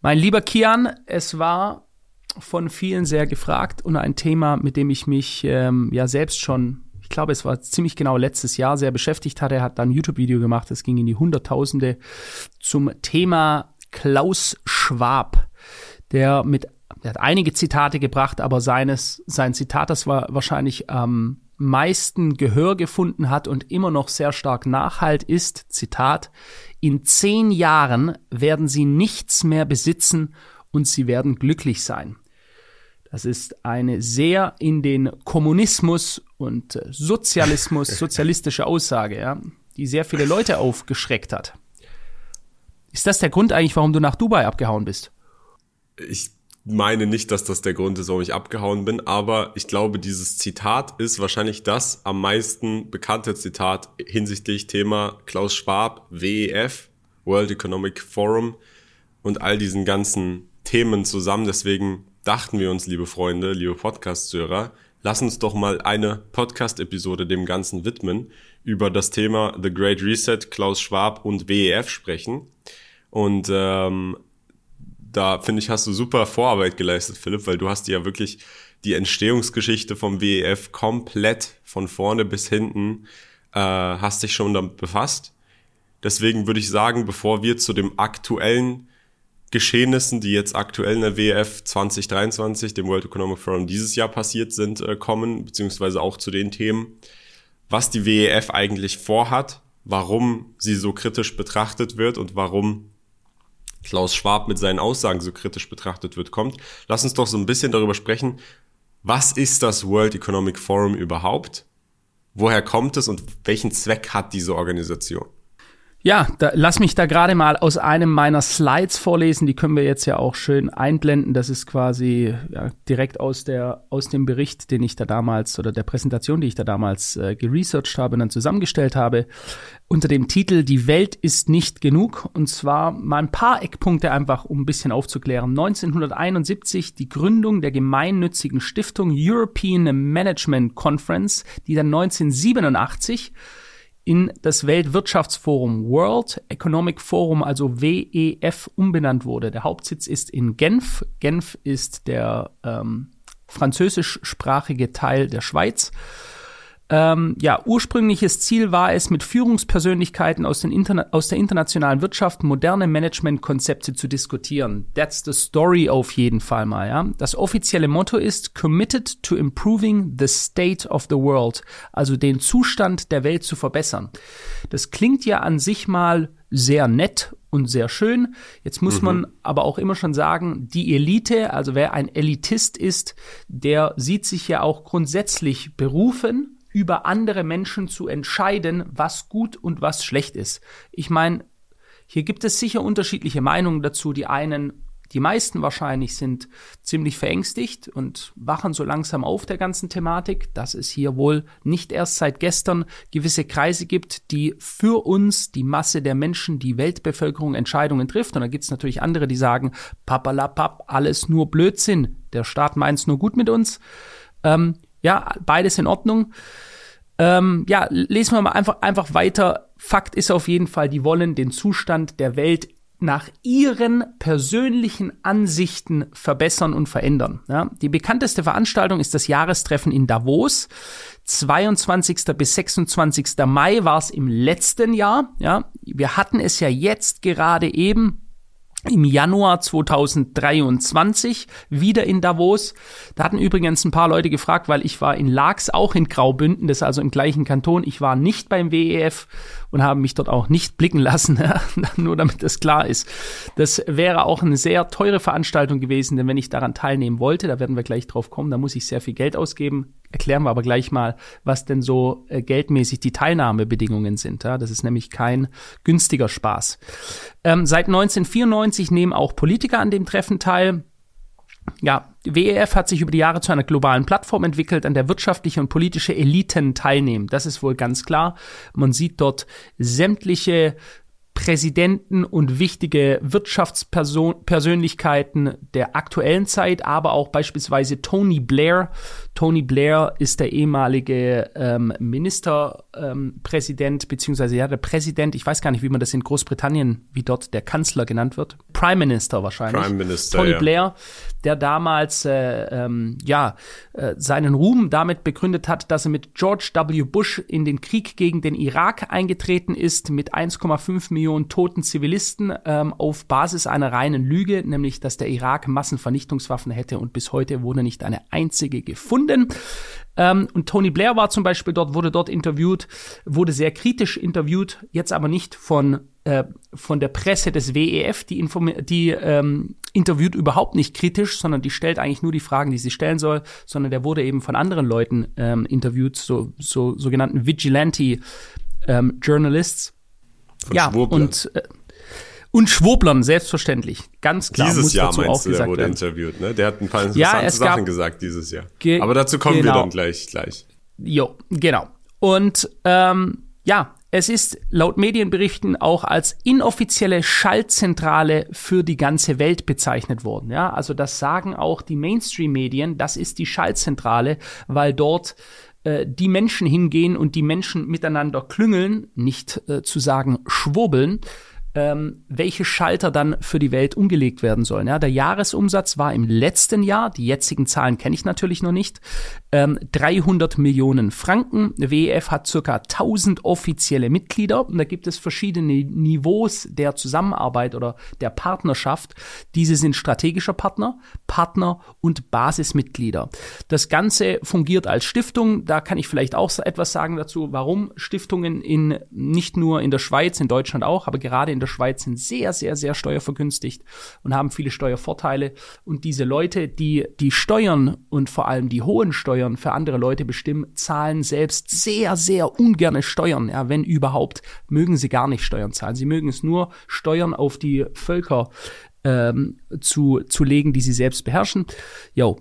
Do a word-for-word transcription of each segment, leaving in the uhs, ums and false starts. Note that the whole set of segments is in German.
Mein lieber Kian, es war von vielen sehr gefragt und ein Thema, mit dem ich mich ähm, ja selbst schon, ich glaube, es war ziemlich genau letztes Jahr sehr beschäftigt hatte. Er hat dann ein YouTube-Video gemacht, das ging in die Hunderttausende, zum Thema Klaus Schwab, der mit, er hat einige Zitate gebracht, aber seines, sein Zitat, das war wahrscheinlich am meisten Gehör gefunden hat und immer noch sehr stark nachhalt, ist, Zitat, in zehn Jahren werden sie nichts mehr besitzen und sie werden glücklich sein. Das ist eine sehr in den Kommunismus und Sozialismus, sozialistische Aussage, ja, die sehr viele Leute aufgeschreckt hat. Ist das der Grund eigentlich, warum du nach Dubai abgehauen bist? Ich meine nicht, dass das der Grund ist, warum ich abgehauen bin, aber ich glaube, dieses Zitat ist wahrscheinlich das am meisten bekannte Zitat hinsichtlich Thema Klaus Schwab, W E F, World Economic Forum und all diesen ganzen Themen zusammen. Deswegen dachten wir uns, liebe Freunde, liebe Podcast-Hörer, lass uns doch mal eine Podcast-Episode dem Ganzen widmen, über das Thema The Great Reset, Klaus Schwab und W E F sprechen. Und ähm, da, finde ich, hast du super Vorarbeit geleistet, Philipp, weil du hast dir ja wirklich die Entstehungsgeschichte vom W E F komplett von vorne bis hinten, äh, hast dich schon damit befasst. Deswegen würde ich sagen, bevor wir zu dem aktuellen Geschehnissen, die jetzt aktuell in der W E F zwanzig dreiundzwanzig, dem World Economic Forum dieses Jahr passiert sind, äh, kommen, beziehungsweise auch zu den Themen, was die W E F eigentlich vorhat, warum sie so kritisch betrachtet wird und warum Klaus Schwab mit seinen Aussagen so kritisch betrachtet wird, kommt. Lass uns doch so ein bisschen darüber sprechen, was ist das World Economic Forum überhaupt? Woher kommt es und welchen Zweck hat diese Organisation? Ja, da, lass mich da gerade mal aus einem meiner Slides vorlesen, die können wir jetzt ja auch schön einblenden. Das ist quasi ja, direkt aus der aus dem Bericht, den ich da damals oder der Präsentation, die ich da damals äh, geresearched habe und dann zusammengestellt habe, unter dem Titel Die Welt ist nicht genug. Und zwar mal ein paar Eckpunkte einfach, um ein bisschen aufzuklären. neunzehnhunderteinundsiebzig die Gründung der gemeinnützigen Stiftung European Management Conference, die dann neunzehnhundertsiebenundachtzig in das Weltwirtschaftsforum World Economic Forum, also W E F, umbenannt wurde. Der Hauptsitz ist in Genf. Genf ist der ähm, französischsprachige Teil der Schweiz. Ähm, ja, ursprüngliches Ziel war es, mit Führungspersönlichkeiten aus, den Interna- aus der internationalen Wirtschaft moderne Managementkonzepte zu diskutieren. That's the story auf jeden Fall mal, ja. Das offizielle Motto ist Committed to improving the state of the world, also den Zustand der Welt zu verbessern. Das klingt ja an sich mal sehr nett und sehr schön. Jetzt muss mhm. man aber auch immer schon sagen, die Elite, also wer ein Elitist ist, der sieht sich ja auch grundsätzlich berufen, über andere Menschen zu entscheiden, was gut und was schlecht ist. Ich meine, hier gibt es sicher unterschiedliche Meinungen dazu. Die einen, die meisten wahrscheinlich, sind ziemlich verängstigt und wachen so langsam auf der ganzen Thematik, dass es hier wohl nicht erst seit gestern gewisse Kreise gibt, die für uns, die Masse der Menschen, die Weltbevölkerung Entscheidungen trifft. Und da gibt es natürlich andere, die sagen, papalapap, alles nur Blödsinn, der Staat meint's nur gut mit uns. Ähm, ja, beides in Ordnung. Ähm, ja, lesen wir mal einfach, einfach weiter. Fakt ist auf jeden Fall, die wollen den Zustand der Welt nach ihren persönlichen Ansichten verbessern und verändern. Ja, die bekannteste Veranstaltung ist das Jahrestreffen in Davos. zweiundzwanzigster bis sechsundzwanzigster Mai war es im letzten Jahr. Ja, wir hatten es ja jetzt gerade eben im Januar zweitausenddreiundzwanzig wieder in Davos. Da hatten übrigens ein paar Leute gefragt, weil ich war in Laax, auch in Graubünden, das ist also im gleichen Kanton. Ich war nicht beim W E F und habe mich dort auch nicht blicken lassen, nur damit das klar ist. Das wäre auch eine sehr teure Veranstaltung gewesen, denn wenn ich daran teilnehmen wollte, da werden wir gleich drauf kommen, da muss ich sehr viel Geld ausgeben. Erklären wir aber gleich mal, was denn so äh, geldmäßig die Teilnahmebedingungen sind. Ja? Das ist nämlich kein günstiger Spaß. Ähm, seit neunzehnhundertvierundneunzig nehmen auch Politiker an dem Treffen teil. Ja, W E F hat sich über die Jahre zu einer globalen Plattform entwickelt, an der wirtschaftliche und politische Eliten teilnehmen. Das ist wohl ganz klar. Man sieht dort sämtliche Präsidenten und wichtige Wirtschaftspersönlichkeiten der aktuellen Zeit, aber auch beispielsweise Tony Blair. Tony Blair ist der ehemalige ähm, Ministerpräsident, ähm, beziehungsweise ja, der Präsident, ich weiß gar nicht, wie man das in Großbritannien, wie dort der Kanzler genannt wird. Prime Minister wahrscheinlich. Prime Minister, Tony ja. Blair, der damals äh, ähm, ja äh, seinen Ruhm damit begründet hat, dass er mit George W. Bush in den Krieg gegen den Irak eingetreten ist, mit eins Komma fünf Millionen toten Zivilisten ähm, auf Basis einer reinen Lüge, nämlich dass der Irak Massenvernichtungswaffen hätte und bis heute wurde nicht eine einzige gefunden. Ähm, und Tony Blair war zum Beispiel dort, wurde dort interviewt, wurde sehr kritisch interviewt, jetzt aber nicht von äh, von der Presse des W E F, die, informi- die ähm, interviewt überhaupt nicht kritisch, sondern die stellt eigentlich nur die Fragen, die sie stellen soll, sondern der wurde eben von anderen Leuten ähm, interviewt, so, so sogenannten Vigilante ähm, Journalists. Von ja, Schwurblern. und äh, und Schwurblern, selbstverständlich, ganz klar. Dieses muss Jahr dazu meinst auch du, der wurde werden. interviewt, ne? Der hat ein paar interessante Ja, es Sachen gab, gesagt dieses Jahr. Ge- Aber dazu kommen genau. wir dann gleich, gleich. Jo, genau. Und ähm, ja, es ist laut Medienberichten auch als inoffizielle Schaltzentrale für die ganze Welt bezeichnet worden. Ja, also das sagen auch die Mainstream-Medien, das ist die Schaltzentrale, weil dort äh, die Menschen hingehen und die Menschen miteinander klüngeln, nicht äh, zu sagen schwurbeln, ähm, welche Schalter dann für die Welt umgelegt werden sollen. Ja, der Jahresumsatz war im letzten Jahr, die jetzigen Zahlen kenne ich natürlich noch nicht, ähm, dreihundert Millionen Franken. W E F hat circa tausend offizielle Mitglieder und da gibt es verschiedene Niveaus der Zusammenarbeit oder der Partnerschaft. Diese sind strategischer Partner, Partner und Basismitglieder. Das Ganze fungiert als Stiftung. Da kann ich vielleicht auch etwas sagen dazu, warum Stiftungen in nicht nur in der Schweiz, in Deutschland auch, aber gerade in der Schweiz sind sehr, sehr, sehr steuervergünstigt und haben viele Steuervorteile. Und diese Leute, die die Steuern und vor allem die hohen Steuern für andere Leute bestimmen, zahlen selbst sehr, sehr ungerne Steuern. Ja, wenn überhaupt, mögen sie gar nicht Steuern zahlen. Sie mögen es nur, Steuern auf die Völker ähm, zu, zu legen, die sie selbst beherrschen. Jo.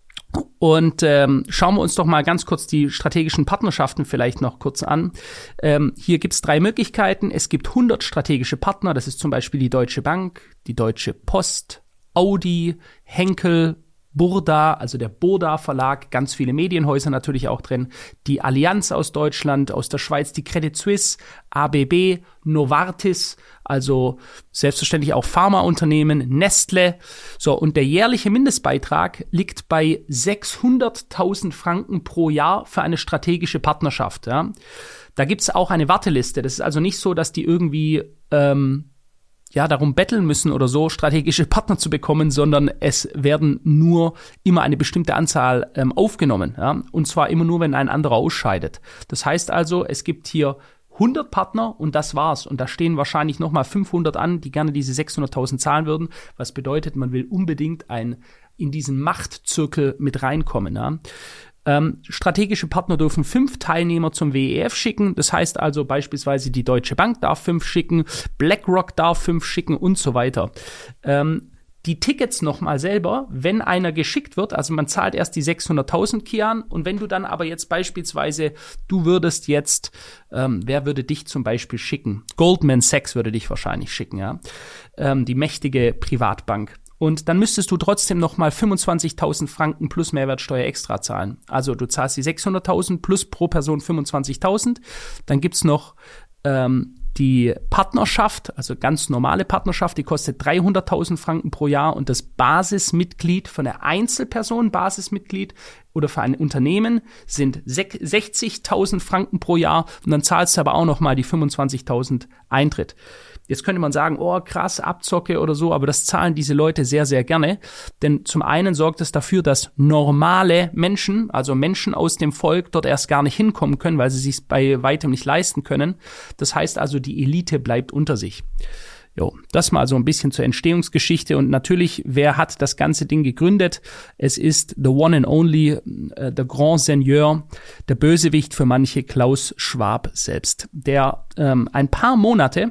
Und ähm, schauen wir uns doch mal ganz kurz die strategischen Partnerschaften vielleicht noch kurz an. Ähm, hier gibt es drei Möglichkeiten. Es gibt hundert strategische Partner. Das ist zum Beispiel die Deutsche Bank, die Deutsche Post, Audi, Henkel, Burda, also der Burda Verlag, ganz viele Medienhäuser natürlich auch drin, die Allianz aus Deutschland, aus der Schweiz, die Credit Suisse, A B B, Novartis, also selbstverständlich auch Pharmaunternehmen, Nestle. So, und der jährliche Mindestbeitrag liegt bei sechshunderttausend Franken pro Jahr für eine strategische Partnerschaft. Ja. Da gibt's auch eine Warteliste. Das ist also nicht so, dass die irgendwie ähm, ja, darum betteln müssen oder so, strategische Partner zu bekommen, sondern es werden nur immer eine bestimmte Anzahl ähm, aufgenommen, ja, und zwar immer nur, wenn ein anderer ausscheidet. Das heißt also, es gibt hier hundert Partner und das war's. Und da stehen wahrscheinlich nochmal fünfhundert an, die gerne diese sechshunderttausend zahlen würden, was bedeutet, man will unbedingt ein, in diesen Machtzirkel mit reinkommen, ja. Ähm, strategische Partner dürfen fünf Teilnehmer zum W E F schicken. Das heißt also beispielsweise die Deutsche Bank darf fünf schicken, BlackRock darf fünf schicken und so weiter. Ähm, die Tickets nochmal selber, wenn einer geschickt wird, also man zahlt erst die sechshunderttausend Kian und wenn du dann aber jetzt beispielsweise, du würdest jetzt, ähm, wer würde dich zum Beispiel schicken? Goldman Sachs würde dich wahrscheinlich schicken, ja, ähm, die mächtige Privatbank. Und dann müsstest du trotzdem nochmal fünfundzwanzigtausend Franken plus Mehrwertsteuer extra zahlen. Also du zahlst die sechshunderttausend plus pro Person fünfundzwanzigtausend. Dann gibt's noch ähm, die Partnerschaft, also ganz normale Partnerschaft, die kostet dreihunderttausend Franken pro Jahr. Und das Basismitglied von der Einzelperson, Basismitglied oder für ein Unternehmen sind sechzigtausend Franken pro Jahr. Und dann zahlst du aber auch nochmal die fünfundzwanzigtausend Eintritt. Jetzt könnte man sagen, oh krass, Abzocke oder so, aber das zahlen diese Leute sehr, sehr gerne. Denn zum einen sorgt es dafür, dass normale Menschen, also Menschen aus dem Volk, dort erst gar nicht hinkommen können, weil sie es sich bei weitem nicht leisten können. Das heißt also, die Elite bleibt unter sich. Jo, das mal so ein bisschen zur Entstehungsgeschichte. Und natürlich, wer hat das ganze Ding gegründet? Es ist the one and only, uh, the Grand Seigneur, der Bösewicht für manche, Klaus Schwab selbst, der ähm, ein paar Monate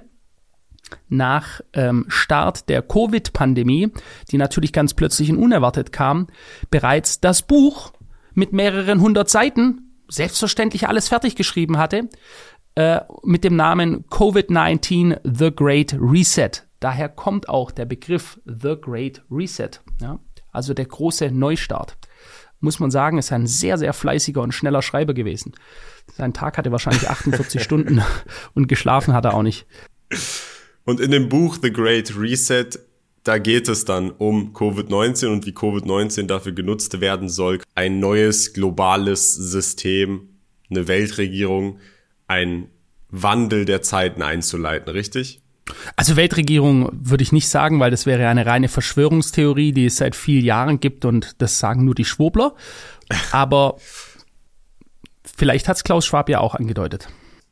nach ähm, Start der Covid-Pandemie, die natürlich ganz plötzlich und unerwartet kam, bereits das Buch mit mehreren hundert Seiten, selbstverständlich alles fertig geschrieben hatte, äh, mit dem Namen Covid neunzehn The Great Reset. Daher kommt auch der Begriff The Great Reset, ja? Also der große Neustart. Muss man sagen, ist ein sehr, sehr fleißiger und schneller Schreiber gewesen. Sein Tag hatte wahrscheinlich achtundvierzig Stunden und geschlafen hat er auch nicht. Und in dem Buch The Great Reset, da geht es dann um Covid neunzehn und wie Covid neunzehn dafür genutzt werden soll, ein neues globales System, eine Weltregierung, einen Wandel der Zeiten einzuleiten, richtig? Also Weltregierung würde ich nicht sagen, weil das wäre eine reine Verschwörungstheorie, die es seit vielen Jahren gibt und das sagen nur die Schwurbler. Aber vielleicht hat es Klaus Schwab ja auch angedeutet.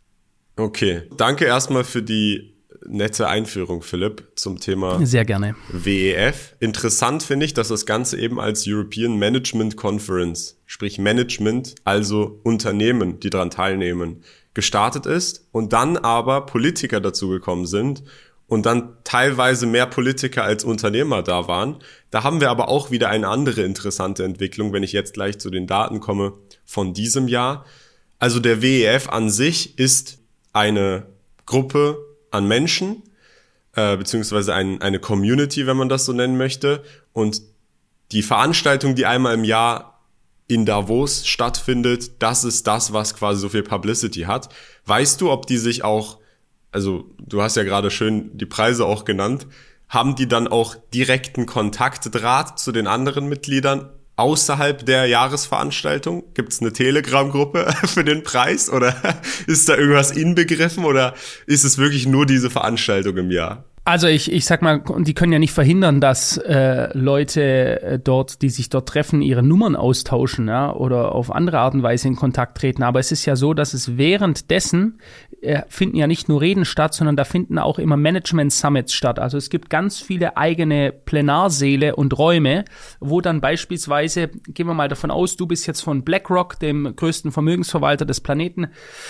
Okay, danke erstmal für die nette Einführung, Philipp, zum Thema Sehr gerne. W E F. Interessant finde ich, dass das Ganze eben als European Management Conference, sprich Management, also Unternehmen, die daran teilnehmen, gestartet ist und dann aber Politiker dazugekommen sind und dann teilweise mehr Politiker als Unternehmer da waren. Da haben wir aber auch wieder eine andere interessante Entwicklung, wenn ich jetzt gleich zu den Daten komme von diesem Jahr. Also der W E F an sich ist eine Gruppe an Menschen, äh, beziehungsweise ein, eine Community, wenn man das so nennen möchte. Und die Veranstaltung, die einmal im Jahr in Davos stattfindet, das ist das, was quasi so viel Publicity hat. Weißt du, ob die sich auch, also du hast ja gerade schön die Preise auch genannt, haben die dann auch direkten Kontaktdraht zu den anderen Mitgliedern außerhalb der Jahresveranstaltung? Gibt es eine Telegram-Gruppe für den Preis oder ist da irgendwas inbegriffen oder ist es wirklich nur diese Veranstaltung im Jahr? Also ich, ich sag mal, die können ja nicht verhindern, dass äh, Leute äh, dort, die sich dort treffen, ihre Nummern austauschen, ja, oder auf andere Art und Weise in Kontakt treten. Aber es ist ja so, dass es währenddessen äh, finden ja nicht nur Reden statt, sondern da finden auch immer Management-Summits statt. Also es gibt ganz viele eigene Plenarsäle und Räume, wo dann beispielsweise, gehen wir mal davon aus, du bist jetzt von BlackRock, dem größten Vermögensverwalter des Planeten,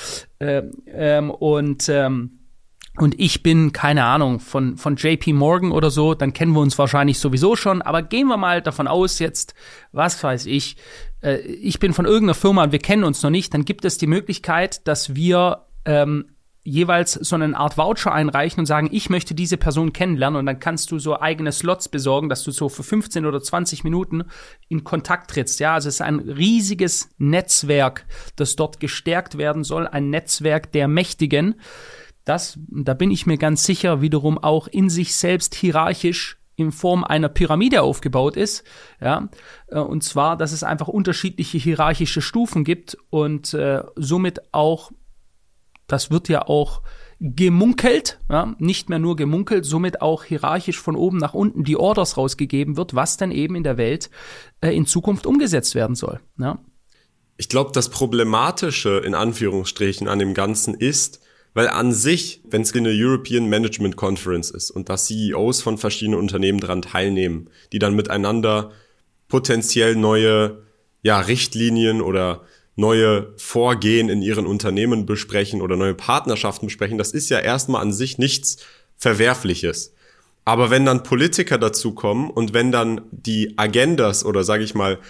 äh, ähm, und ähm, Und ich bin, keine Ahnung, von von J P Morgan oder so, dann kennen wir uns wahrscheinlich sowieso schon. Aber gehen wir mal davon aus jetzt, was weiß ich, äh, ich bin von irgendeiner Firma und wir kennen uns noch nicht. Dann gibt es die Möglichkeit, dass wir ähm, jeweils so eine Art Voucher einreichen und sagen, ich möchte diese Person kennenlernen. Und dann kannst du so eigene Slots besorgen, dass du so für fünfzehn oder zwanzig Minuten in Kontakt trittst. Ja, also es ist ein riesiges Netzwerk, das dort gestärkt werden soll. Ein Netzwerk der Mächtigen. Das, da bin ich mir ganz sicher, wiederum auch in sich selbst hierarchisch in Form einer Pyramide aufgebaut ist, ja, und zwar, dass es einfach unterschiedliche hierarchische Stufen gibt und äh, somit auch, das wird ja auch gemunkelt, ja, nicht mehr nur gemunkelt, somit auch hierarchisch von oben nach unten die Orders rausgegeben wird, was dann eben in der Welt äh, in Zukunft umgesetzt werden soll, ja. Ich glaube, das Problematische in Anführungsstrichen an dem Ganzen ist, weil an sich, wenn es eine European Management Conference ist und da C E Os von verschiedenen Unternehmen dran teilnehmen, die dann miteinander potenziell neue ja, Richtlinien oder neue Vorgehen in ihren Unternehmen besprechen oder neue Partnerschaften besprechen, das ist ja erstmal an sich nichts Verwerfliches. Aber wenn dann Politiker dazukommen und wenn dann die Agendas oder sage ich mal,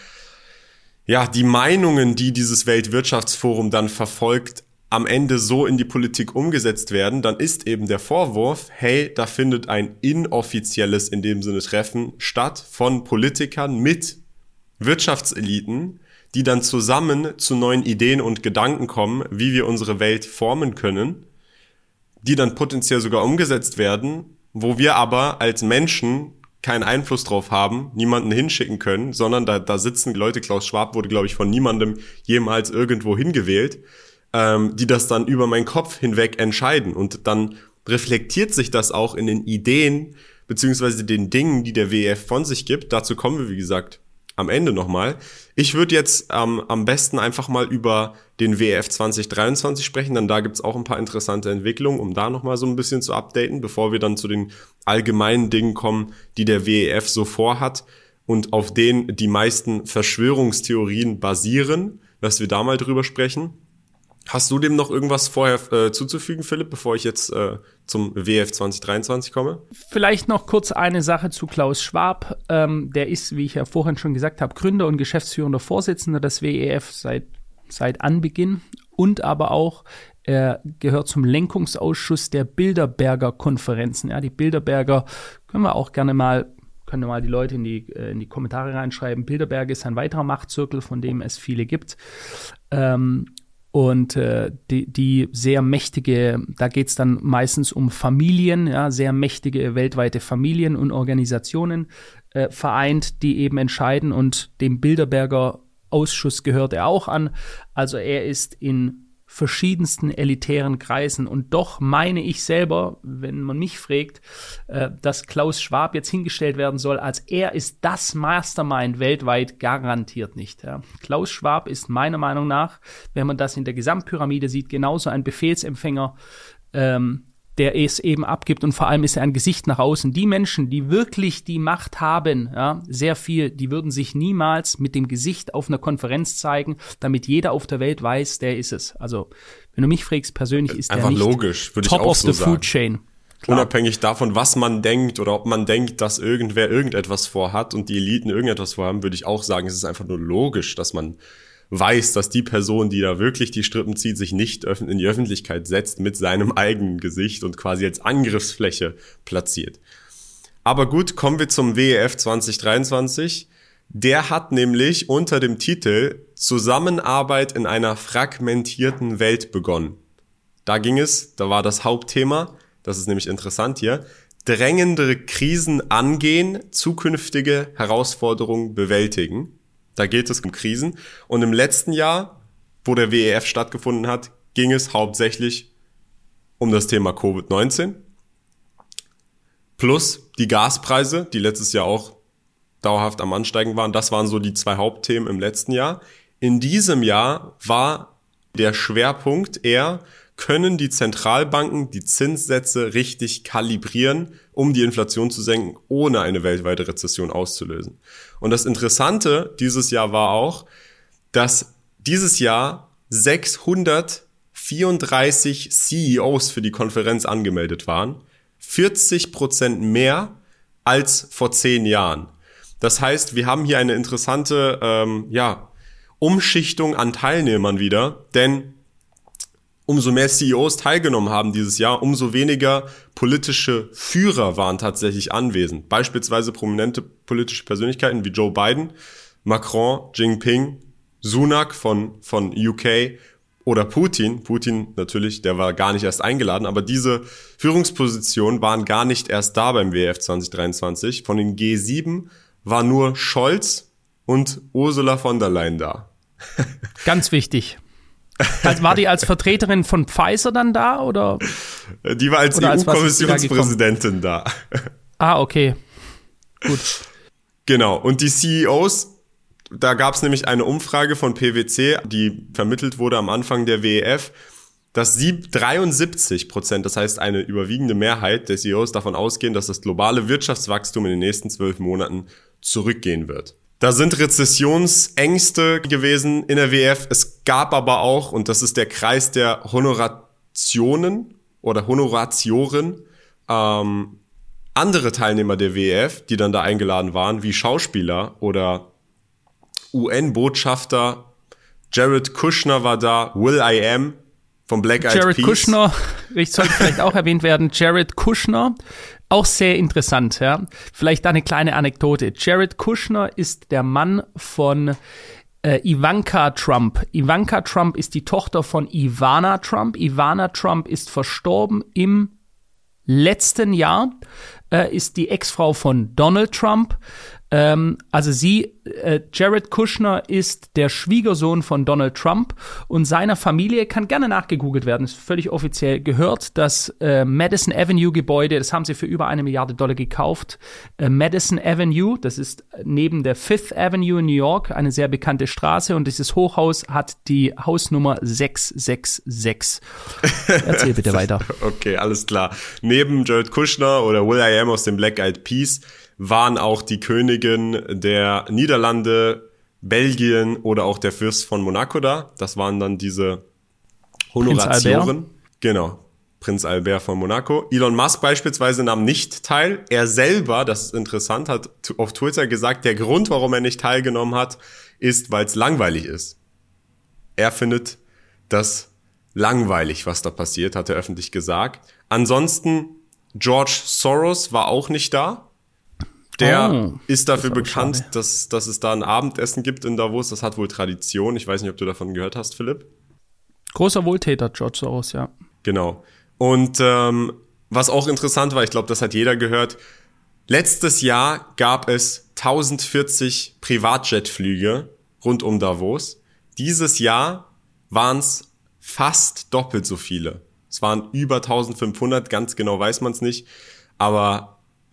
ja, die Meinungen, die dieses Weltwirtschaftsforum dann verfolgt, am Ende so in die Politik umgesetzt werden, dann ist eben der Vorwurf, hey, da findet ein inoffizielles, in dem Sinne Treffen statt von Politikern mit Wirtschaftseliten, die dann zusammen zu neuen Ideen und Gedanken kommen, wie wir unsere Welt formen können, die dann potenziell sogar umgesetzt werden, wo wir aber als Menschen keinen Einfluss drauf haben, niemanden hinschicken können, sondern da, da sitzen Leute, Klaus Schwab wurde, glaube ich, von niemandem jemals irgendwo hingewählt, Ähm, die das dann über meinen Kopf hinweg entscheiden. Und dann reflektiert sich das auch in den Ideen beziehungsweise den Dingen, die der W E F von sich gibt. Dazu kommen wir, wie gesagt, am Ende nochmal. Ich würde jetzt ähm, am besten einfach mal über den W E F zwanzig dreiundzwanzig sprechen, denn da gibt's auch ein paar interessante Entwicklungen, um da nochmal so ein bisschen zu updaten, bevor wir dann zu den allgemeinen Dingen kommen, die der W E F so vorhat und auf denen die meisten Verschwörungstheorien basieren, dass wir da mal drüber sprechen. Hast du dem noch irgendwas vorher äh, zuzufügen, Philipp, bevor ich jetzt äh, zum W E F zwanzig dreiundzwanzig komme? Vielleicht noch kurz eine Sache zu Klaus Schwab. Ähm, der ist, wie ich ja vorhin schon gesagt habe, Gründer und geschäftsführender Vorsitzender des W E F seit, seit Anbeginn und aber auch Er gehört zum Lenkungsausschuss der Bilderberger Konferenzen. Ja, die Bilderberger können wir auch gerne mal, können wir mal die Leute in die, in die Kommentare reinschreiben. Bilderberger ist ein weiterer Machtzirkel, von dem es viele gibt. Ähm, Und äh, die, die sehr mächtige, da geht's dann meistens um Familien, ja, sehr mächtige weltweite Familien und Organisationen äh, vereint, die eben entscheiden. Und dem Bilderberger Ausschuss gehört er auch an. Also er ist in verschiedensten elitären Kreisen. Und doch meine ich selber, wenn man mich fragt, äh, dass Klaus Schwab jetzt hingestellt werden soll, als er ist das Mastermind weltweit, garantiert nicht. Ja. Klaus Schwab ist meiner Meinung nach, wenn man das in der Gesamtpyramide sieht, genauso ein Befehlsempfänger, ähm, der es eben abgibt, und vor allem ist er ein Gesicht nach außen. Die Menschen, die wirklich die Macht haben, ja, sehr viel, die würden sich niemals mit dem Gesicht auf einer Konferenz zeigen, damit jeder auf der Welt weiß, der ist es. Also, wenn du mich fragst, persönlich ist einfach der nicht logisch, würde ich top auch of so the sagen. food chain. Klar. Unabhängig davon, was man denkt oder ob man denkt, dass irgendwer irgendetwas vorhat und die Eliten irgendetwas vorhaben, würde ich auch sagen, es ist einfach nur logisch, dass man weiß, dass die Person, die da wirklich die Strippen zieht, sich nicht in die Öffentlichkeit setzt mit seinem eigenen Gesicht und quasi als Angriffsfläche platziert. Aber gut, kommen wir zum W E F zwanzig dreiundzwanzig. Der hat nämlich unter dem Titel Zusammenarbeit in einer fragmentierten Welt begonnen. Da ging es, da war das Hauptthema, das ist nämlich interessant hier, drängendere Krisen angehen, zukünftige Herausforderungen bewältigen. Da geht es um Krisen. Und im letzten Jahr, wo der W E F stattgefunden hat, ging es hauptsächlich um das Thema Covid neunzehn. Plus die Gaspreise, die letztes Jahr auch dauerhaft am Ansteigen waren. Das waren so die zwei Hauptthemen im letzten Jahr. In diesem Jahr war der Schwerpunkt eher, können die Zentralbanken die Zinssätze richtig kalibrieren, um die Inflation zu senken, ohne eine weltweite Rezession auszulösen. Und das Interessante dieses Jahr war auch, dass dieses Jahr sechshundertvierunddreißig C E Os für die Konferenz angemeldet waren. vierzig Prozent mehr als vor zehn Jahren. Das heißt, wir haben hier eine interessante ähm, ja, Umschichtung an Teilnehmern wieder, denn umso mehr C E Os teilgenommen haben dieses Jahr, umso weniger politische Führer waren tatsächlich anwesend. Beispielsweise prominente politische Persönlichkeiten wie Joe Biden, Macron, Jinping, Sunak von, von U K oder Putin. Putin natürlich, der war gar nicht erst eingeladen, aber diese Führungspositionen waren gar nicht erst da beim W E F zwanzig dreiundzwanzig. Von den G sieben war nur Scholz und Ursula von der Leyen da. Ganz wichtig. Also war die als Vertreterin von Pfizer dann da, oder? Die war als E U-Kommissionspräsidentin da. Ah, okay. Gut. Genau. Und die C E Os, da gab es nämlich eine Umfrage von P W C, die vermittelt wurde am Anfang der W E F, dass dreiundsiebzig Prozent, das heißt eine überwiegende Mehrheit der C E Os davon ausgehen, dass das globale Wirtschaftswachstum in den nächsten zwölf Monaten zurückgehen wird. Da sind Rezessionsängste gewesen in der W E F. Es gab aber auch, und das ist der Kreis der Honorationen oder Honoratioren, ähm, andere Teilnehmer der W E F, die dann da eingeladen waren, wie Schauspieler oder U N-Botschafter. Jared Kushner war da, Will I Am von Black Eyed Peas. Jared Kushner, ich sollte vielleicht auch erwähnt werden, Jared Kushner, auch sehr interessant, ja. Vielleicht eine kleine Anekdote. Jared Kushner ist der Mann von äh, Ivanka Trump. Ivanka Trump ist die Tochter von Ivana Trump. Ivana Trump ist verstorben im letzten Jahr, äh, ist die Ex-Frau von Donald Trump. Ähm, also sie, äh, Jared Kushner ist der Schwiegersohn von Donald Trump und seiner Familie, kann gerne nachgegoogelt werden, ist völlig offiziell, gehört das äh, Madison Avenue Gebäude, das haben sie für über eine Milliarde Dollar gekauft. Äh, Madison Avenue, das ist neben der Fifth Avenue in New York, eine sehr bekannte Straße, und dieses Hochhaus hat die Hausnummer sechs sechs sechs. Erzähl bitte weiter. Okay, alles klar. Neben Jared Kushner oder Will I Am aus den Black Eyed Peas waren auch die Königin der Niederlande, Belgien oder auch der Fürst von Monaco da. Das waren dann diese Honoratioren. Genau, Prinz Albert von Monaco. Elon Musk beispielsweise nahm nicht teil. Er selber, das ist interessant, hat auf Twitter gesagt, der Grund, warum er nicht teilgenommen hat, ist, weil es langweilig ist. Er findet, dass langweilig, was da passiert, hat er öffentlich gesagt. Ansonsten, George Soros war auch nicht da. Der oh, ist dafür das bekannt, schade. dass, dass es da ein Abendessen gibt in Davos. Das hat wohl Tradition. Ich weiß nicht, ob du davon gehört hast, Philipp. Großer Wohltäter, George Soros, ja. Genau. Und ähm, was auch interessant war, ich glaube, das hat jeder gehört, letztes Jahr gab es tausendvierzig Privatjetflüge rund um Davos. Dieses Jahr waren es fast doppelt so viele. Es waren über eintausendfünfhundert, ganz genau weiß man es nicht. Aber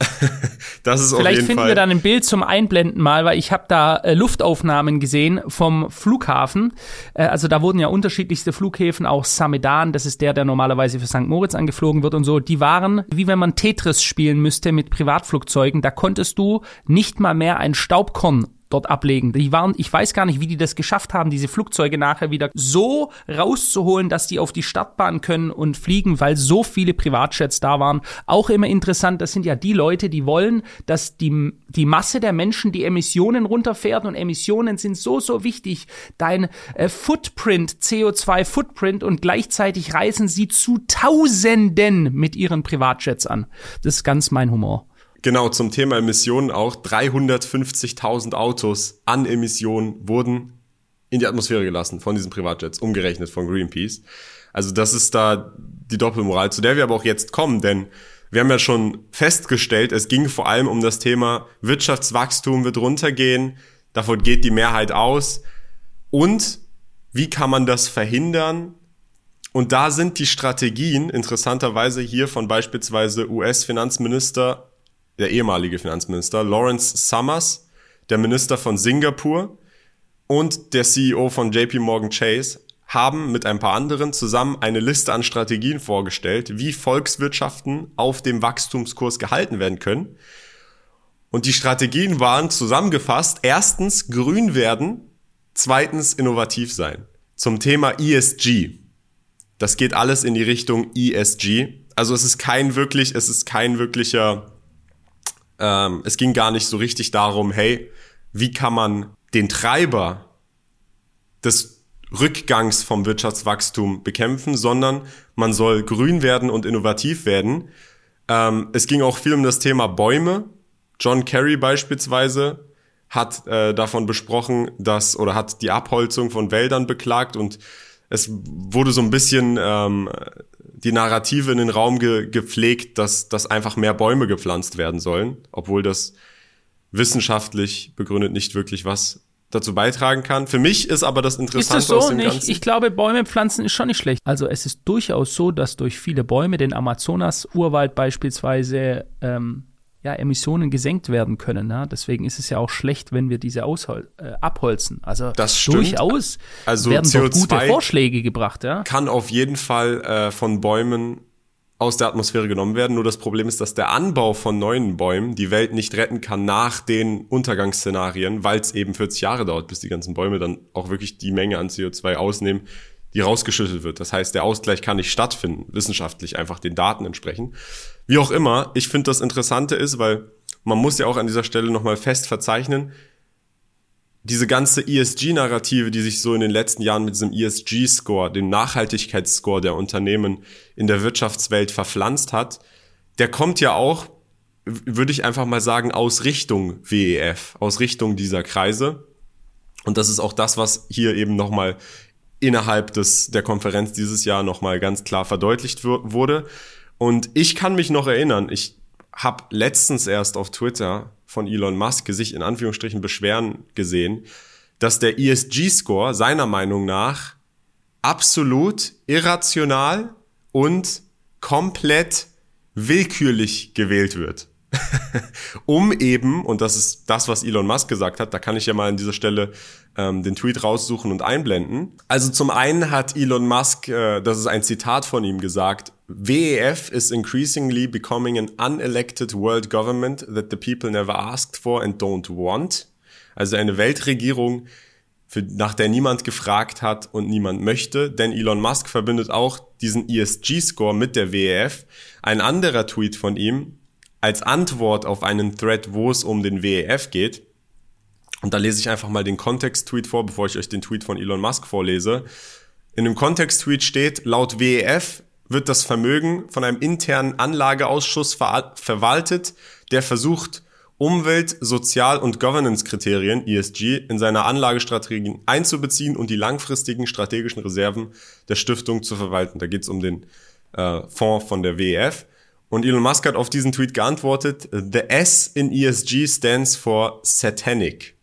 das ist Vielleicht auf jeden Fall... finden wir dann ein Bild zum Einblenden mal, weil ich habe da äh, Luftaufnahmen gesehen vom Flughafen. Äh, also da wurden ja unterschiedlichste Flughäfen, auch Samedan, das ist der, der normalerweise für Sankt Moritz angeflogen wird und so. Die waren, wie wenn man Tetris spielen müsste mit Privatflugzeugen. Da konntest du nicht mal mehr ein Staubkorn dort ablegen. Die waren, ich weiß gar nicht, wie die das geschafft haben, diese Flugzeuge nachher wieder so rauszuholen, dass die auf die Startbahn können und fliegen, weil so viele Privatjets da waren. Auch immer interessant, das sind ja die Leute, die wollen, dass die, die Masse der Menschen die Emissionen runterfährt, und Emissionen sind so, so wichtig. Dein äh, Footprint, C O zwei Footprint, und gleichzeitig reisen sie zu Tausenden mit ihren Privatjets an. Das ist ganz mein Humor. Genau, zum Thema Emissionen auch. dreihundertfünfzigtausend Autos an Emissionen wurden in die Atmosphäre gelassen von diesen Privatjets, umgerechnet von Greenpeace. Also das ist da die Doppelmoral, zu der wir aber auch jetzt kommen, denn wir haben ja schon festgestellt, es ging vor allem um das Thema Wirtschaftswachstum wird runtergehen, davon geht die Mehrheit aus. Und wie kann man das verhindern? Und da sind die Strategien interessanterweise hier von beispielsweise U S-Finanzminister, der ehemalige Finanzminister Lawrence Summers, der Minister von Singapur und der C E O von J P Morgan Chase haben mit ein paar anderen zusammen eine Liste an Strategien vorgestellt, wie Volkswirtschaften auf dem Wachstumskurs gehalten werden können. Und die Strategien waren zusammengefasst: erstens grün werden, zweitens innovativ sein. Zum Thema E S G. Das geht alles in die Richtung E S G. Also es ist kein wirklich, es ist kein wirklicher Ähm, es ging gar nicht so richtig darum, hey, wie kann man den Treiber des Rückgangs vom Wirtschaftswachstum bekämpfen, sondern man soll grün werden und innovativ werden. Ähm, es ging auch viel um das Thema Bäume. John Kerry beispielsweise hat äh, davon besprochen, dass oder hat die Abholzung von Wäldern beklagt, und es wurde so ein bisschen ähm, die Narrative in den Raum ge- gepflegt, dass, dass einfach mehr Bäume gepflanzt werden sollen, obwohl das wissenschaftlich begründet nicht wirklich was dazu beitragen kann. Für mich ist aber das Interessante ist das so? aus dem Nicht? Ganzen. Ich glaube, Bäume pflanzen ist schon nicht schlecht. Also es ist durchaus so, dass durch viele Bäume, den Amazonas-Urwald beispielsweise, ähm, ja, Emissionen gesenkt werden können. Ja? Deswegen ist es ja auch schlecht, wenn wir diese aushol- äh, abholzen. Also das stimmt. Durchaus also werden C O dort zwei gute Vorschläge gebracht. Ja? Kann auf jeden Fall äh, von Bäumen aus der Atmosphäre genommen werden. Nur das Problem ist, dass der Anbau von neuen Bäumen die Welt nicht retten kann nach den Untergangsszenarien, weil es eben vierzig Jahre dauert, bis die ganzen Bäume dann auch wirklich die Menge an C O zwei ausnehmen, die rausgeschüttet wird. Das heißt, der Ausgleich kann nicht stattfinden, wissenschaftlich einfach den Daten entsprechend. Wie auch immer, ich finde, das Interessante ist, weil man muss ja auch an dieser Stelle nochmal fest verzeichnen, diese ganze E S G-Narrative, die sich so in den letzten Jahren mit diesem E S G-Score, dem Nachhaltigkeitsscore der Unternehmen in der Wirtschaftswelt verpflanzt hat, der kommt ja auch, würde ich einfach mal sagen, aus Richtung W E F, aus Richtung dieser Kreise. Und das ist auch das, was hier eben nochmal innerhalb des der Konferenz dieses Jahr nochmal ganz klar verdeutlicht w- wurde. Und ich kann mich noch erinnern, ich habe letztens erst auf Twitter von Elon Musk sich in Anführungsstrichen beschweren gesehen, dass der E S G-Score seiner Meinung nach absolut irrational und komplett willkürlich gewählt wird. Um eben, und das ist das, was Elon Musk gesagt hat, da kann ich ja mal an dieser Stelle ähm, den Tweet raussuchen und einblenden. Also zum einen hat Elon Musk, äh, das ist ein Zitat von ihm, gesagt: W E F is increasingly becoming an unelected world government that the people never asked for and don't want. Also eine Weltregierung, für, nach der niemand gefragt hat und niemand möchte, denn Elon Musk verbindet auch diesen E S G-Score mit der W E F. Ein anderer Tweet von ihm als Antwort auf einen Thread, wo es um den W E F geht. Und da lese ich einfach mal den Kontext-Tweet vor, bevor ich euch den Tweet von Elon Musk vorlese. In dem Kontext-Tweet steht, laut W E F wird das Vermögen von einem internen Anlageausschuss ver- verwaltet, der versucht, Umwelt-, Sozial- und Governance-Kriterien, E S G, in seine Anlagestrategien einzubeziehen und die langfristigen strategischen Reserven der Stiftung zu verwalten. Da geht es um den äh, Fonds von der W E F. Und Elon Musk hat auf diesen Tweet geantwortet, the S in E S G stands for Satanic.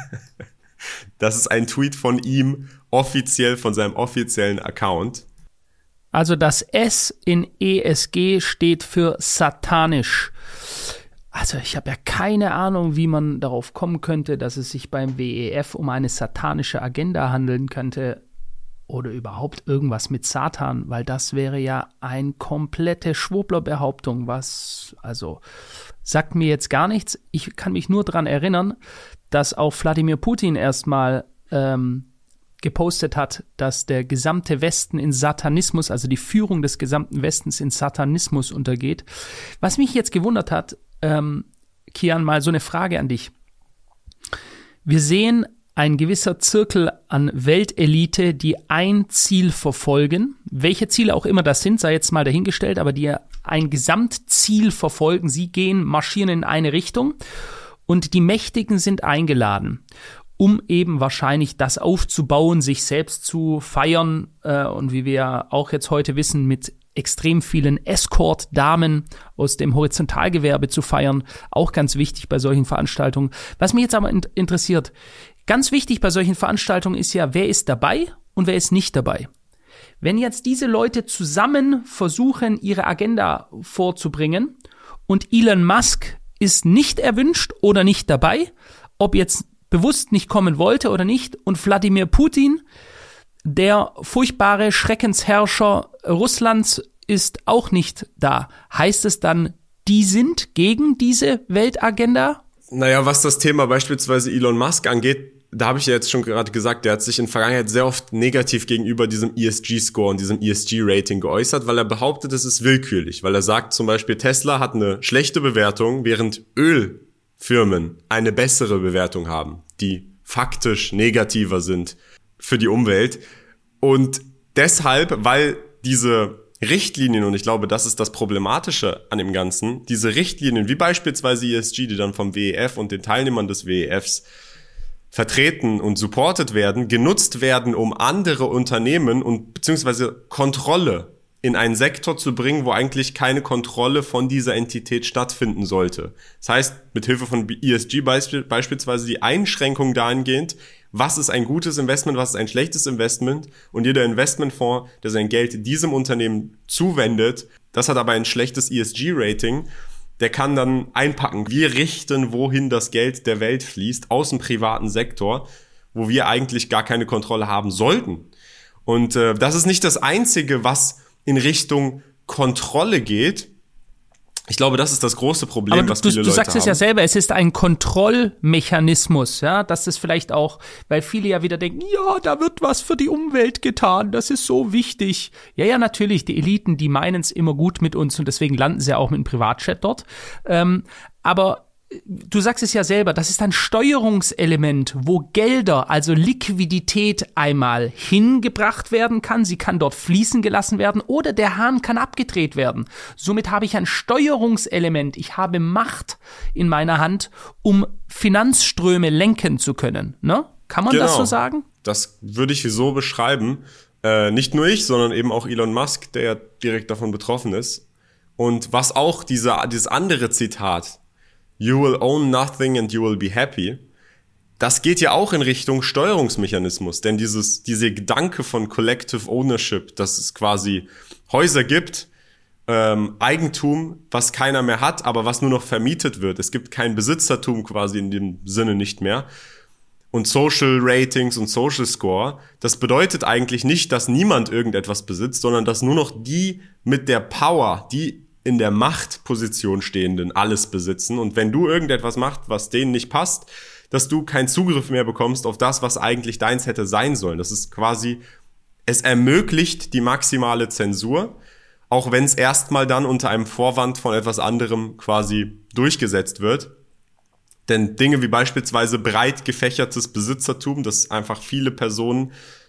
Das ist ein Tweet von ihm, offiziell von seinem offiziellen Account. Also das S in E S G steht für satanisch. Also ich habe ja keine Ahnung, wie man darauf kommen könnte, dass es sich beim W E F um eine satanische Agenda handeln könnte oder überhaupt irgendwas mit Satan, weil das wäre ja eine komplette Schwurbler-Behauptung, was, also sagt mir jetzt gar nichts. Ich kann mich nur daran erinnern, dass auch Wladimir Putin erstmal ähm, gepostet hat, dass der gesamte Westen in Satanismus, also die Führung des gesamten Westens in Satanismus untergeht. Was mich jetzt gewundert hat, ähm, Kian, mal so eine Frage an dich. Wir sehen ein gewisser Zirkel an Weltelite, die ein Ziel verfolgen, welche Ziele auch immer das sind, sei jetzt mal dahingestellt, aber die ein Gesamtziel verfolgen. Sie gehen, marschieren in eine Richtung und die Mächtigen sind eingeladen, um eben wahrscheinlich das aufzubauen, sich selbst zu feiern äh, und wie wir ja auch jetzt heute wissen, mit extrem vielen Escort-Damen aus dem Horizontalgewerbe zu feiern, auch ganz wichtig bei solchen Veranstaltungen. Was mich jetzt aber in- interessiert, ganz wichtig bei solchen Veranstaltungen ist ja, wer ist dabei und wer ist nicht dabei. Wenn jetzt diese Leute zusammen versuchen, ihre Agenda vorzubringen und Elon Musk ist nicht erwünscht oder nicht dabei, ob jetzt bewusst nicht kommen wollte oder nicht, und Wladimir Putin, der furchtbare Schreckensherrscher Russlands, ist auch nicht da. Heißt es dann, die sind gegen diese Weltagenda? Naja, was das Thema beispielsweise Elon Musk angeht, da habe ich ja jetzt schon gerade gesagt, der hat sich in der Vergangenheit sehr oft negativ gegenüber diesem E S G-Score und diesem E S G-Rating geäußert, weil er behauptet, es ist willkürlich. Weil er sagt zum Beispiel, Tesla hat eine schlechte Bewertung, während Ölfirmen eine bessere Bewertung haben, die faktisch negativer sind für die Umwelt. Und deshalb, weil diese Richtlinien, und ich glaube, das ist das Problematische an dem Ganzen, diese Richtlinien, wie beispielsweise E S G, die dann vom W E F und den Teilnehmern des W E Fs vertreten und supported werden, genutzt werden, um andere Unternehmen und beziehungsweise Kontrolle in einen Sektor zu bringen, wo eigentlich keine Kontrolle von dieser Entität stattfinden sollte. Das heißt, mit Hilfe von E S G beisp- beispielsweise die Einschränkung dahingehend, was ist ein gutes Investment, was ist ein schlechtes Investment, und jeder Investmentfonds, der sein Geld diesem Unternehmen zuwendet, das hat aber ein schlechtes E S G-Rating, der kann dann einpacken. Wir richten, wohin das Geld der Welt fließt, aus dem privaten Sektor, wo wir eigentlich gar keine Kontrolle haben sollten. Und äh, das ist nicht das Einzige, was in Richtung Kontrolle geht. Ich glaube, das ist das große Problem, aber was du, viele du Leute haben. Du sagst es ja selber, es ist ein Kontrollmechanismus, ja, das ist vielleicht auch, weil viele ja wieder denken, ja, da wird was für die Umwelt getan, das ist so wichtig. Ja, ja, natürlich, die Eliten, die meinen es immer gut mit uns und deswegen landen sie ja auch mit dem Privatjet dort. Ähm, aber du sagst es ja selber, das ist ein Steuerungselement, wo Gelder, also Liquidität einmal hingebracht werden kann, sie kann dort fließen gelassen werden oder der Hahn kann abgedreht werden. Somit habe ich ein Steuerungselement, ich habe Macht in meiner Hand, um Finanzströme lenken zu können. Ne? Kann man genau. das so sagen? Das würde ich so beschreiben. Äh, nicht nur ich, sondern eben auch Elon Musk, der ja direkt davon betroffen ist. Und was auch diese, dieses andere Zitat, You will own nothing and you will be happy. Das geht ja auch in Richtung Steuerungsmechanismus, denn dieses, diese Gedanke von Collective Ownership, dass es quasi Häuser gibt, ähm, Eigentum, was keiner mehr hat, aber was nur noch vermietet wird. Es gibt kein Besitzertum quasi in dem Sinne nicht mehr. Und Social Ratings und Social Score, das bedeutet eigentlich nicht, dass niemand irgendetwas besitzt, sondern dass nur noch die mit der Power, die in der Machtposition Stehenden alles besitzen. Und wenn du irgendetwas machst, was denen nicht passt, dass du keinen Zugriff mehr bekommst auf das, was eigentlich deins hätte sein sollen. Das ist quasi, es ermöglicht die maximale Zensur, auch wenn es erstmal dann unter einem Vorwand von etwas anderem quasi durchgesetzt wird. Denn Dinge wie beispielsweise breit gefächertes Besitzertum, dass einfach viele Personen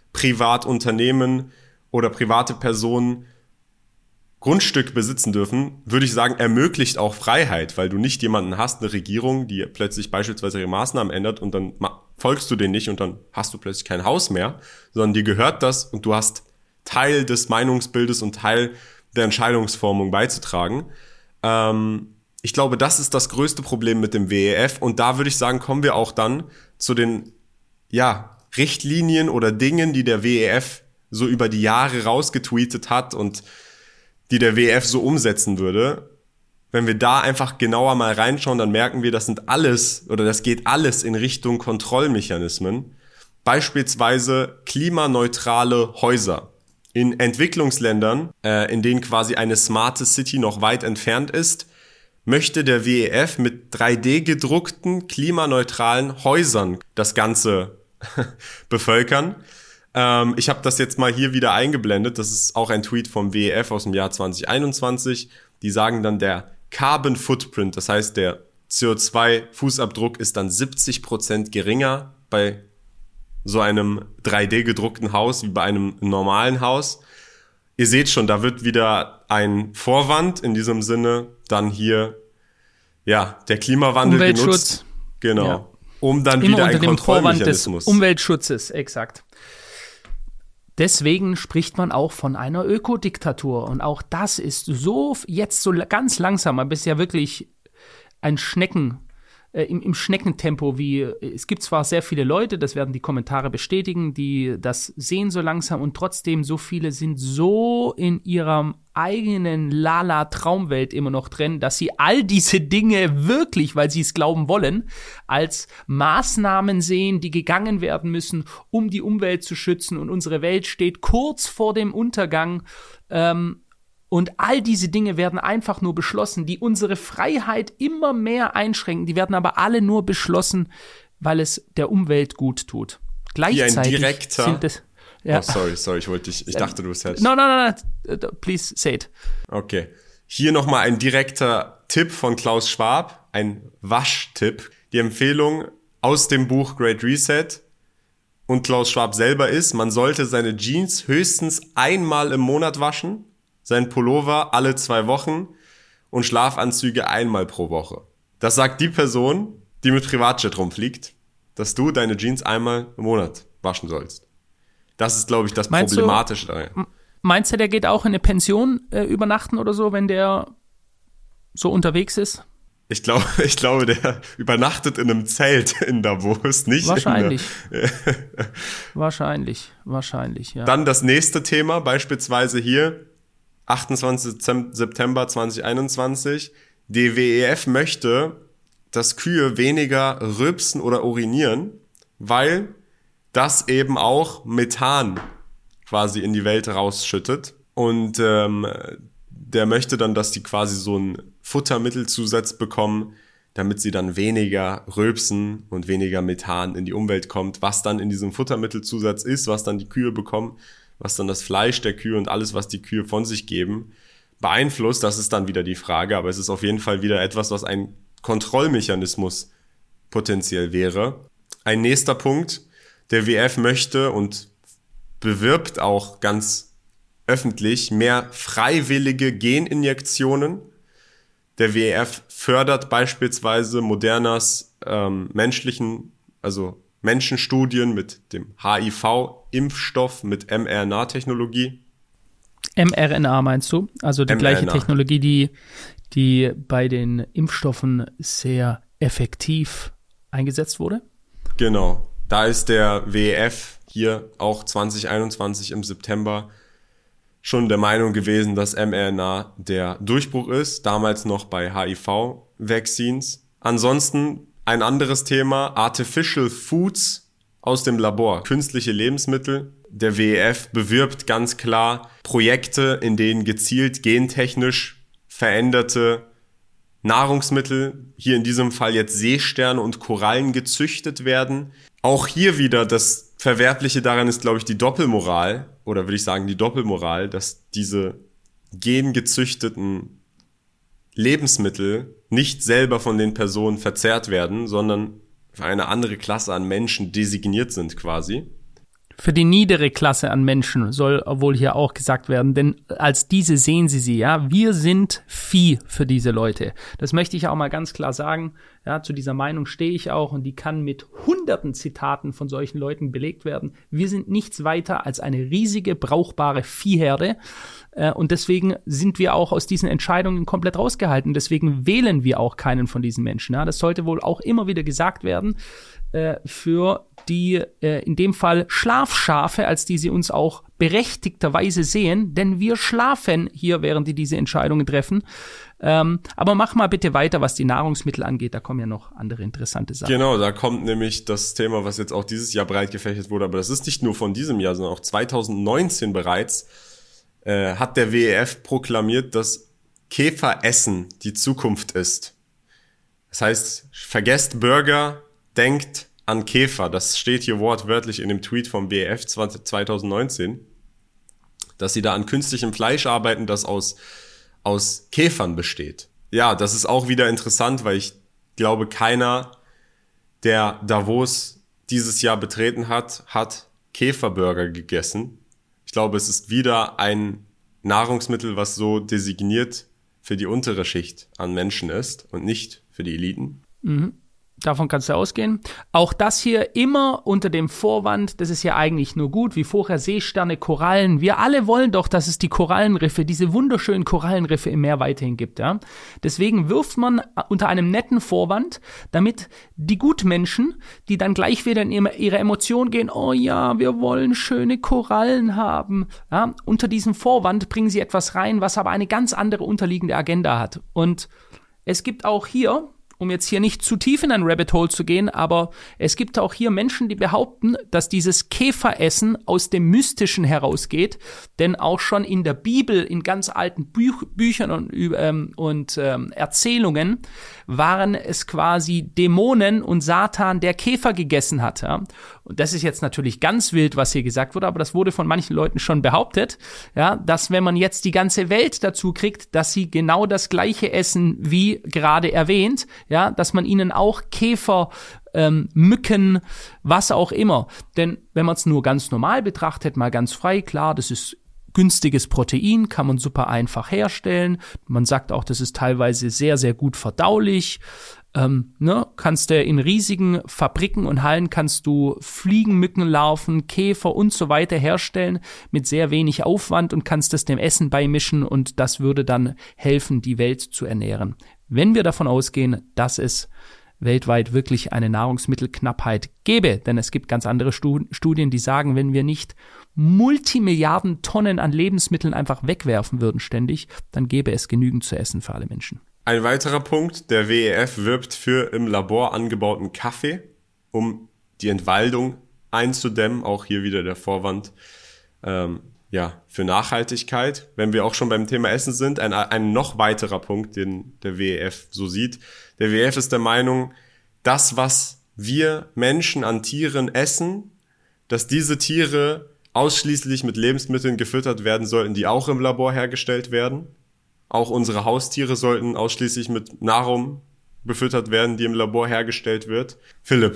Privatunternehmen oder private Personen Grundstück besitzen dürfen, würde ich sagen, ermöglicht auch Freiheit, weil du nicht jemanden hast, eine Regierung, die plötzlich beispielsweise ihre Maßnahmen ändert und dann folgst du denen nicht und dann hast du plötzlich kein Haus mehr, sondern dir gehört das und du hast Teil des Meinungsbildes und Teil der Entscheidungsformung beizutragen. Ähm, ich glaube, das ist das größte Problem mit dem W E F und da würde ich sagen, kommen wir auch dann zu den, ja, Richtlinien oder Dingen, die der W E F so über die Jahre rausgetweetet hat und die der W E F so umsetzen würde. Wenn wir da einfach genauer mal reinschauen, dann merken wir, das sind alles oder das geht alles in Richtung Kontrollmechanismen. Beispielsweise klimaneutrale Häuser. In Entwicklungsländern, äh, in denen quasi eine smarte City noch weit entfernt ist, möchte der W E F mit drei D gedruckten, klimaneutralen Häusern das Ganze bevölkern. Ähm, ich habe das jetzt mal hier wieder eingeblendet. Das ist auch ein Tweet vom W E F aus dem Jahr zwanzig einundzwanzig. Die sagen dann, der Carbon Footprint, das heißt der C O zwei Fußabdruck ist dann siebzig Prozent geringer bei so einem drei D gedruckten Haus wie bei einem normalen Haus. Ihr seht schon, da wird wieder ein Vorwand in diesem Sinne dann hier, ja, der Klimawandel Umweltschutz. genutzt. Genau. Ja. Um dann Immer wieder unter ein dem Vorwand des Kontrollmechanismus. Umweltschutzes, exakt. Deswegen spricht man auch von einer Ökodiktatur. Und auch das ist so jetzt so ganz langsam, aber ist ja wirklich ein Schnecken, äh, im, im Schneckentempo, wie es gibt zwar sehr viele Leute, das werden die Kommentare bestätigen, die das sehen so langsam und trotzdem so viele sind so in ihrem eigenen Lala-Traumwelt immer noch drin, dass sie all diese Dinge wirklich, weil sie es glauben wollen, als Maßnahmen sehen, die gegangen werden müssen, um die Umwelt zu schützen und unsere Welt steht kurz vor dem Untergang, ähm, und all diese Dinge werden einfach nur beschlossen, die unsere Freiheit immer mehr einschränken. Die werden aber alle nur beschlossen, weil es der Umwelt gut tut. Gleichzeitig Wie ein direkter, sind es. Ja. Oh, sorry, sorry, ich wollte dich, ich dachte, du hättest. No, no, no, no, please say it. Okay. Hier nochmal ein direkter Tipp von Klaus Schwab, ein Waschtipp. Die Empfehlung aus dem Buch Great Reset und Klaus Schwab selber ist, man sollte seine Jeans höchstens einmal im Monat waschen, sein Pullover alle zwei Wochen und Schlafanzüge einmal pro Woche. Das sagt die Person, die mit Privatjet rumfliegt, dass du deine Jeans einmal im Monat waschen sollst. Das ist, glaube ich, das Meinst Problematische du, daran. Meinst du, der geht auch in eine Pension äh, übernachten oder so, wenn der so unterwegs ist? Ich glaube, ich glaube, der übernachtet in einem Zelt in Davos, nicht? Wahrscheinlich. In der wahrscheinlich, wahrscheinlich, ja. Dann das nächste Thema, beispielsweise hier, achtundzwanzigster September zweitausendeinundzwanzig. Die W E F möchte, dass Kühe weniger rülpsen oder urinieren, weil das eben auch Methan quasi in die Welt rausschüttet. Und ähm, der möchte dann, dass die quasi so einen Futtermittelzusatz bekommen, damit sie dann weniger rülpsen und weniger Methan in die Umwelt kommt, was dann in diesem Futtermittelzusatz ist, was dann die Kühe bekommen, was dann das Fleisch der Kühe und alles, was die Kühe von sich geben, beeinflusst. Das ist dann wieder die Frage, aber es ist auf jeden Fall wieder etwas, was ein Kontrollmechanismus potenziell wäre. Ein nächster Punkt, der W E F möchte und bewirbt auch ganz öffentlich mehr freiwillige Geninjektionen. Der W E F fördert beispielsweise modernes ähm, menschlichen, also Menschenstudien mit dem H I V-Impfstoff mit mRNA-Technologie. mRNA meinst du? Also die mRNA. gleiche Technologie, die, die bei den Impfstoffen sehr effektiv eingesetzt wurde? Genau. Da ist der W E F hier auch zwanzig einundzwanzig im September schon der Meinung gewesen, dass mRNA der Durchbruch ist. Damals noch bei H I V-Vaccines. Ansonsten ein anderes Thema, Artificial Foods aus dem Labor, künstliche Lebensmittel. Der W E F bewirbt ganz klar Projekte, in denen gezielt gentechnisch veränderte Nahrungsmittel, hier in diesem Fall jetzt Seesterne und Korallen gezüchtet werden. Auch hier wieder das Verwerfliche daran ist, glaube ich, die Doppelmoral, oder würde ich sagen die Doppelmoral, dass diese gengezüchteten Lebensmittel nicht selber von den Personen verzehrt werden, sondern für eine andere Klasse an Menschen designiert sind quasi. Für die niedere Klasse an Menschen soll wohl hier auch gesagt werden, denn als diese sehen sie sie, ja. Wir sind Vieh für diese Leute. Das möchte ich auch mal ganz klar sagen. Ja, zu dieser Meinung stehe ich auch und die kann mit hunderten Zitaten von solchen Leuten belegt werden. Wir sind nichts weiter als eine riesige, brauchbare Viehherde. Äh, und deswegen sind wir auch aus diesen Entscheidungen komplett rausgehalten. Deswegen wählen wir auch keinen von diesen Menschen. Ja, das sollte wohl auch immer wieder gesagt werden. Für die, äh, in dem Fall Schlafschafe, als die sie uns auch berechtigterweise sehen, denn wir schlafen hier, während die diese Entscheidungen treffen. Ähm, aber mach mal bitte weiter, was die Nahrungsmittel angeht, da kommen ja noch andere interessante Sachen. Genau, da kommt nämlich das Thema, was jetzt auch dieses Jahr breit gefächert wurde, aber das ist nicht nur von diesem Jahr, sondern auch zwanzig neunzehn bereits, äh, hat der W E F proklamiert, dass Käferessen die Zukunft ist. Das heißt, vergesst Burger, denkt an Käfer. Das steht hier wortwörtlich in dem Tweet vom W E F zwanzig neunzehn, dass sie da an künstlichem Fleisch arbeiten, das aus, aus Käfern besteht. Ja, das ist auch wieder interessant, weil ich glaube, keiner, der Davos dieses Jahr betreten hat, hat Käferburger gegessen. Ich glaube, es ist wieder ein Nahrungsmittel, was so designiert für die untere Schicht an Menschen ist und nicht für die Eliten. Mhm. Davon kannst du ausgehen. Auch das hier immer unter dem Vorwand, das ist ja eigentlich nur gut, wie vorher Seesterne, Korallen. Wir alle wollen doch, dass es die Korallenriffe, diese wunderschönen Korallenriffe im Meer weiterhin gibt. Ja? Deswegen wirft man unter einem netten Vorwand, damit die Gutmenschen, die dann gleich wieder in ihre Emotionen gehen, oh ja, wir wollen schöne Korallen haben. Ja? Unter diesem Vorwand bringen sie etwas rein, was aber eine ganz andere unterliegende Agenda hat. Und es gibt auch hier, um jetzt hier nicht zu tief in ein Rabbit Hole zu gehen, aber es gibt auch hier Menschen, die behaupten, dass dieses Käferessen aus dem Mystischen herausgeht, denn auch schon in der Bibel, in ganz alten Büch- Büchern und, ähm, und ähm, Erzählungen waren es quasi Dämonen und Satan, der Käfer gegessen hat. Ja? Und das ist jetzt natürlich ganz wild, was hier gesagt wurde, aber das wurde von manchen Leuten schon behauptet, ja, dass wenn man jetzt die ganze Welt dazu kriegt, dass sie genau das Gleiche essen, wie gerade erwähnt, ja, dass man ihnen auch Käfer, ähm, Mücken, was auch immer. Denn wenn man es nur ganz normal betrachtet, mal ganz frei, klar, das ist günstiges Protein, kann man super einfach herstellen. Man sagt auch, das ist teilweise sehr, sehr gut verdaulich. Ähm, ne, kannst du in riesigen Fabriken und Hallen kannst du Fliegenmückenlarven, Käfer und so weiter herstellen mit sehr wenig Aufwand und kannst das dem Essen beimischen und das würde dann helfen, die Welt zu ernähren. Wenn wir davon ausgehen, dass es weltweit wirklich eine Nahrungsmittelknappheit gäbe, denn es gibt ganz andere Studien, die sagen, wenn wir nicht Multimilliarden Tonnen an Lebensmitteln einfach wegwerfen würden ständig, dann gäbe es genügend zu essen für alle Menschen. Ein weiterer Punkt, der W E F wirbt für im Labor angebauten Kaffee, um die Entwaldung einzudämmen. Auch hier wieder der Vorwand ähm, ja, für Nachhaltigkeit. Wenn wir auch schon beim Thema Essen sind, ein, ein noch weiterer Punkt, den der W E F so sieht. Der W E F ist der Meinung, das, was wir Menschen an Tieren essen, dass diese Tiere ausschließlich mit Lebensmitteln gefüttert werden sollten, die auch im Labor hergestellt werden. Auch unsere Haustiere sollten ausschließlich mit Nahrung befüttert werden, die im Labor hergestellt wird. Philipp,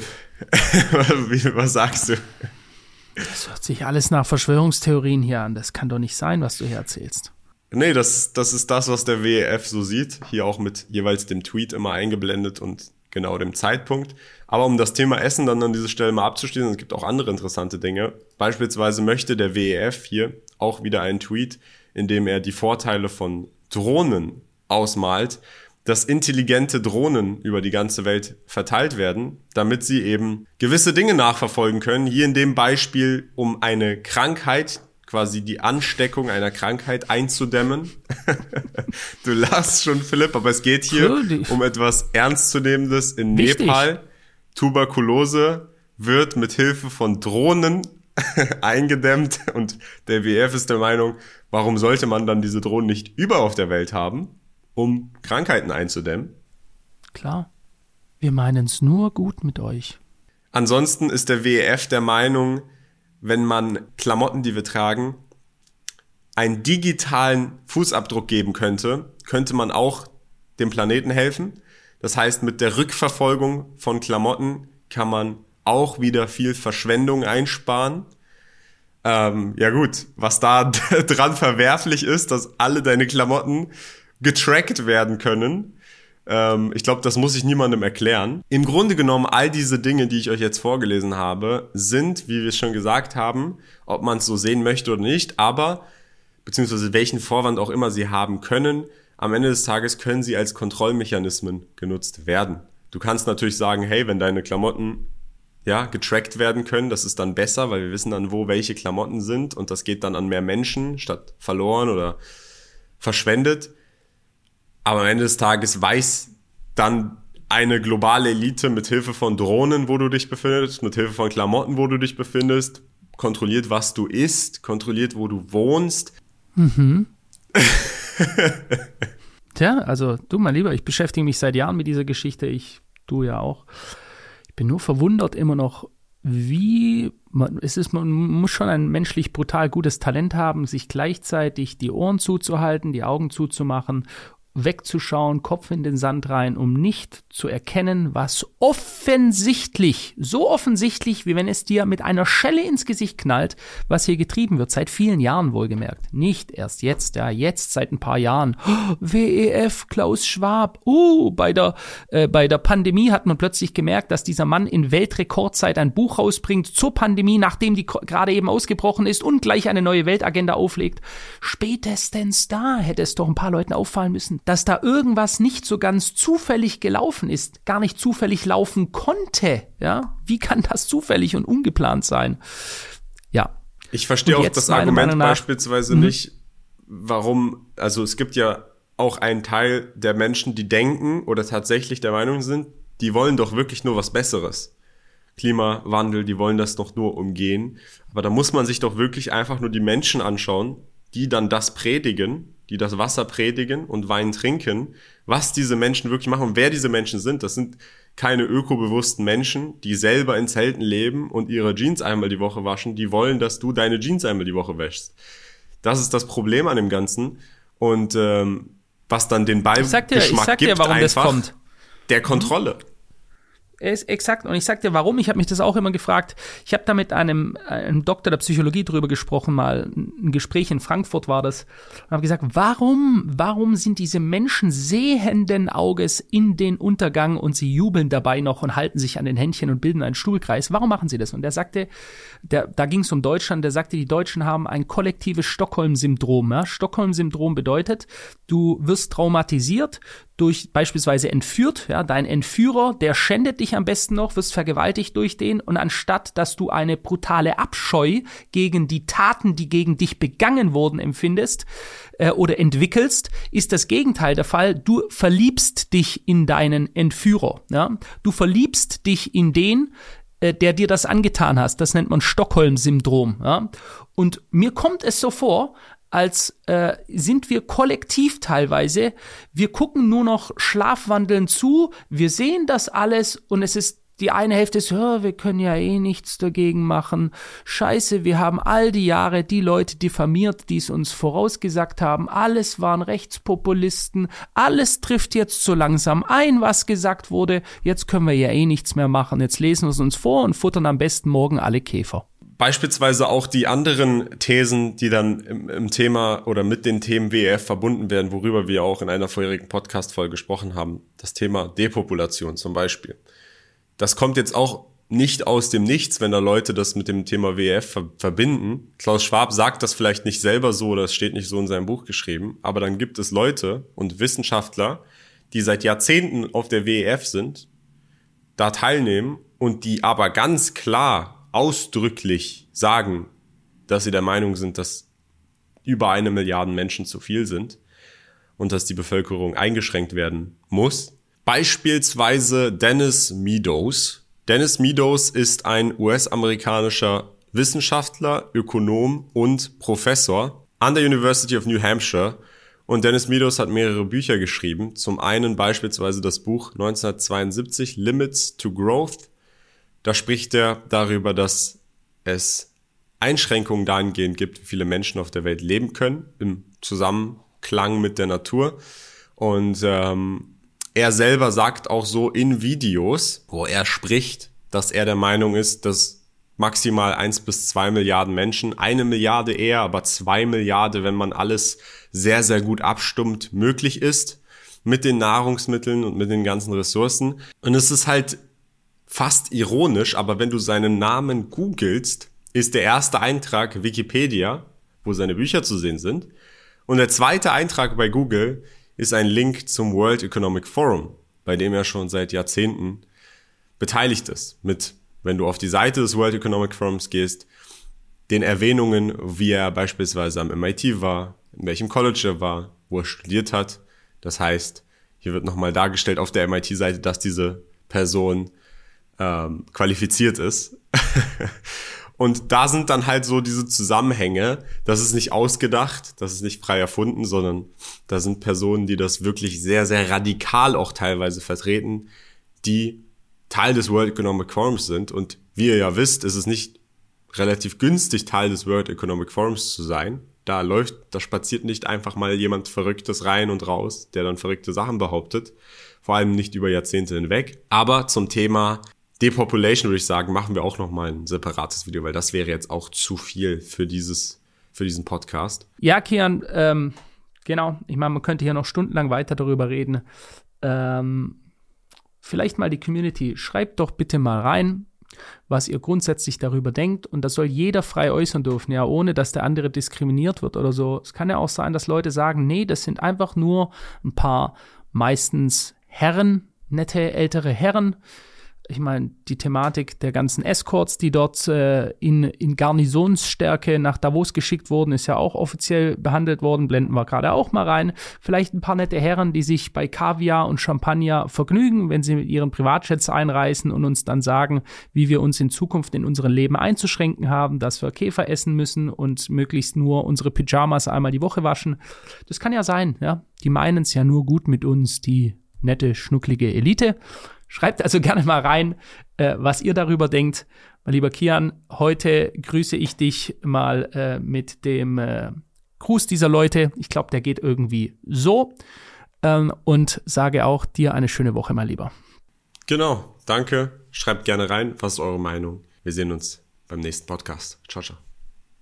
was sagst du? Das hört sich alles nach Verschwörungstheorien hier an. Das kann doch nicht sein, was du hier erzählst. Nee, das, das ist das, was der W E F so sieht. Hier auch mit jeweils dem Tweet immer eingeblendet und genau dem Zeitpunkt. Aber um das Thema Essen dann an dieser Stelle mal abzuschließen, es gibt auch andere interessante Dinge. Beispielsweise möchte der W E F hier auch wieder einen Tweet, in dem er die Vorteile von Drohnen ausmalt, dass intelligente Drohnen über die ganze Welt verteilt werden, damit sie eben gewisse Dinge nachverfolgen können. Hier in dem Beispiel, um eine Krankheit, quasi die Ansteckung einer Krankheit einzudämmen. Du lachst schon, Philipp, aber es geht hier um etwas Ernstzunehmendes in Wichtig. Nepal. Tuberkulose wird mit Hilfe von Drohnen eingedämmt und der W E F ist der Meinung, warum sollte man dann diese Drohnen nicht überall auf der Welt haben, um Krankheiten einzudämmen? Klar, wir meinen es nur gut mit euch. Ansonsten ist der W E F der Meinung, wenn man Klamotten, die wir tragen, einen digitalen Fußabdruck geben könnte, könnte man auch dem Planeten helfen. Das heißt, mit der Rückverfolgung von Klamotten kann man auch wieder viel Verschwendung einsparen. Ähm, ja gut, was da dran verwerflich ist, dass alle deine Klamotten getrackt werden können. Ähm, ich glaube, das muss ich niemandem erklären. Im Grunde genommen, all diese Dinge, die ich euch jetzt vorgelesen habe, sind, wie wir es schon gesagt haben, ob man es so sehen möchte oder nicht, aber, beziehungsweise welchen Vorwand auch immer sie haben können, am Ende des Tages können sie als Kontrollmechanismen genutzt werden. Du kannst natürlich sagen, hey, wenn deine Klamotten ja, getrackt werden können, das ist dann besser, weil wir wissen dann, wo welche Klamotten sind und das geht dann an mehr Menschen statt verloren oder verschwendet. Aber am Ende des Tages weiß dann eine globale Elite mit Hilfe von Drohnen, wo du dich befindest, mit Hilfe von Klamotten, wo du dich befindest, kontrolliert, was du isst, kontrolliert, wo du wohnst. Mhm. Tja, also du, mein Lieber, ich beschäftige mich seit Jahren mit dieser Geschichte, ich, du ja auch. Ich bin nur verwundert immer noch, wie, man, es ist, man muss schon ein menschlich brutal gutes Talent haben, sich gleichzeitig die Ohren zuzuhalten, die Augen zuzumachen, wegzuschauen, Kopf in den Sand rein, um nicht zu erkennen, was offensichtlich, so offensichtlich, wie wenn es dir mit einer Schelle ins Gesicht knallt, was hier getrieben wird, seit vielen Jahren wohlgemerkt. Nicht erst jetzt, ja, jetzt seit ein paar Jahren. Oh, W E F, Klaus Schwab, uh, bei der, äh, bei der Pandemie hat man plötzlich gemerkt, dass dieser Mann in Weltrekordzeit ein Buch rausbringt zur Pandemie, nachdem die gerade eben ausgebrochen ist und gleich eine neue Weltagenda auflegt. Spätestens da hätte es doch ein paar Leuten auffallen müssen, dass da irgendwas nicht so ganz zufällig gelaufen ist, gar nicht zufällig laufen konnte, ja? Wie kann das zufällig und ungeplant sein? Ja. Ich verstehe auch das Argument nach, beispielsweise mh. nicht, warum, also es gibt ja auch einen Teil der Menschen, die denken oder tatsächlich der Meinung sind, die wollen doch wirklich nur was Besseres. Klimawandel, die wollen das doch nur umgehen. Aber da muss man sich doch wirklich einfach nur die Menschen anschauen, die dann das predigen, die das Wasser predigen und Wein trinken, was diese Menschen wirklich machen und wer diese Menschen sind. Das sind keine ökobewussten Menschen, die selber in Zelten leben und ihre Jeans einmal die Woche waschen. Die wollen, dass du deine Jeans einmal die Woche wäschst. Das ist das Problem an dem Ganzen. Und ähm, was dann den Beigeschmack gibt, ich sag dir, warum einfach das kommt. Der Kontrolle. Exakt, und ich sag dir, warum, ich habe mich das auch immer gefragt, ich habe da mit einem, einem Doktor der Psychologie drüber gesprochen, mal ein Gespräch in Frankfurt war das, und habe gesagt, warum, warum sind diese Menschen sehenden Auges in den Untergang und sie jubeln dabei noch und halten sich an den Händchen und bilden einen Stuhlkreis, warum machen sie das? Und er sagte, der, da ging es um Deutschland, der sagte, die Deutschen haben ein kollektives Stockholm-Syndrom, ja? Stockholm-Syndrom bedeutet, du wirst traumatisiert, durch beispielsweise entführt, ja, dein Entführer, der schändet dich am besten noch, wirst vergewaltigt durch den und anstatt, dass du eine brutale Abscheu gegen die Taten, die gegen dich begangen wurden, empfindest äh, oder entwickelst, ist das Gegenteil der Fall. Du verliebst dich in deinen Entführer, ja, du verliebst dich in den, äh, der dir das angetan hast. Das nennt man Stockholm-Syndrom, ja. Und mir kommt es so vor, als äh, sind wir kollektiv teilweise, wir gucken nur noch schlafwandelnd zu, wir sehen das alles und es ist, die eine Hälfte ist, oh, wir können ja eh nichts dagegen machen, scheiße, wir haben all die Jahre die Leute diffamiert, die es uns vorausgesagt haben, alles waren Rechtspopulisten, alles trifft jetzt so langsam ein, was gesagt wurde, jetzt können wir ja eh nichts mehr machen, jetzt lesen wir es uns vor und futtern am besten morgen alle Käfer. Beispielsweise auch die anderen Thesen, die dann im, im Thema oder mit den Themen W E F verbunden werden, worüber wir auch in einer vorherigen Podcast-Folge gesprochen haben. Das Thema Depopulation zum Beispiel. Das kommt jetzt auch nicht aus dem Nichts, wenn da Leute das mit dem Thema W E F ver- verbinden. Klaus Schwab sagt das vielleicht nicht selber so oder es steht nicht so in seinem Buch geschrieben, aber dann gibt es Leute und Wissenschaftler, die seit Jahrzehnten auf der W E F sind, da teilnehmen und die aber ganz klar ausdrücklich sagen, dass sie der Meinung sind, dass über eine Milliarde Menschen zu viel sind und dass die Bevölkerung eingeschränkt werden muss. Beispielsweise Dennis Meadows. Dennis Meadows ist ein U S-amerikanischer Wissenschaftler, Ökonom und Professor an der University of New Hampshire. Und Dennis Meadows hat mehrere Bücher geschrieben. Zum einen beispielsweise das Buch neunzehnhundertzweiundsiebzig, Limits to Growth. Da spricht er darüber, dass es Einschränkungen dahingehend gibt, wie viele Menschen auf der Welt leben können, im Zusammenklang mit der Natur. Und ähm, er selber sagt auch so in Videos, wo er spricht, dass er der Meinung ist, dass maximal eins bis zwei Milliarden Menschen, eine Milliarde eher, aber zwei Milliarden, wenn man alles sehr, sehr gut abstimmt, möglich ist mit den Nahrungsmitteln und mit den ganzen Ressourcen. Und es ist halt fast ironisch, aber wenn du seinen Namen googelst, ist der erste Eintrag Wikipedia, wo seine Bücher zu sehen sind. Und der zweite Eintrag bei Google ist ein Link zum World Economic Forum, bei dem er schon seit Jahrzehnten beteiligt ist. Mit, wenn du auf die Seite des World Economic Forums gehst, den Erwähnungen, wie er beispielsweise am M I T war, in welchem College er war, wo er studiert hat. Das heißt, hier wird nochmal dargestellt auf der M I T-Seite, dass diese Person ähm, qualifiziert ist. Und da sind dann halt so diese Zusammenhänge, das ist nicht ausgedacht, das ist nicht frei erfunden, sondern da sind Personen, die das wirklich sehr, sehr radikal auch teilweise vertreten, die Teil des World Economic Forums sind. Und wie ihr ja wisst, ist es nicht relativ günstig, Teil des World Economic Forums zu sein. Da läuft, da spaziert nicht einfach mal jemand Verrücktes rein und raus, der dann verrückte Sachen behauptet. Vor allem nicht über Jahrzehnte hinweg. Aber zum Thema Depopulation würde ich sagen, machen wir auch nochmal ein separates Video, weil das wäre jetzt auch zu viel für dieses, für diesen Podcast. Ja, Kian, ähm, genau. Ich meine, man könnte hier noch stundenlang weiter darüber reden. Ähm, vielleicht mal die Community. Schreibt doch bitte mal rein, was ihr grundsätzlich darüber denkt. Und das soll jeder frei äußern dürfen, ja, ohne dass der andere diskriminiert wird oder so. Es kann ja auch sein, dass Leute sagen, nee, das sind einfach nur ein paar meistens Herren, nette ältere Herren. Ich meine, die Thematik der ganzen Escorts, die dort äh, in, in Garnisonsstärke nach Davos geschickt wurden, ist ja auch offiziell behandelt worden. Blenden wir gerade auch mal rein. Vielleicht ein paar nette Herren, die sich bei Kaviar und Champagner vergnügen, wenn sie mit ihren Privatjets einreisen und uns dann sagen, wie wir uns in Zukunft in unserem Leben einzuschränken haben, dass wir Käfer essen müssen und möglichst nur unsere Pyjamas einmal die Woche waschen. Das kann ja sein, ja. Die meinen es ja nur gut mit uns, die nette, schnucklige Elite. Schreibt also gerne mal rein, äh, was ihr darüber denkt. Mein lieber Kian, heute grüße ich dich mal äh, mit dem äh, Gruß dieser Leute. Ich glaube, der geht irgendwie so. Ähm, und sage auch dir eine schöne Woche, mein Lieber. Genau, danke. Schreibt gerne rein, was ist eure Meinung. Wir sehen uns beim nächsten Podcast. Ciao, ciao.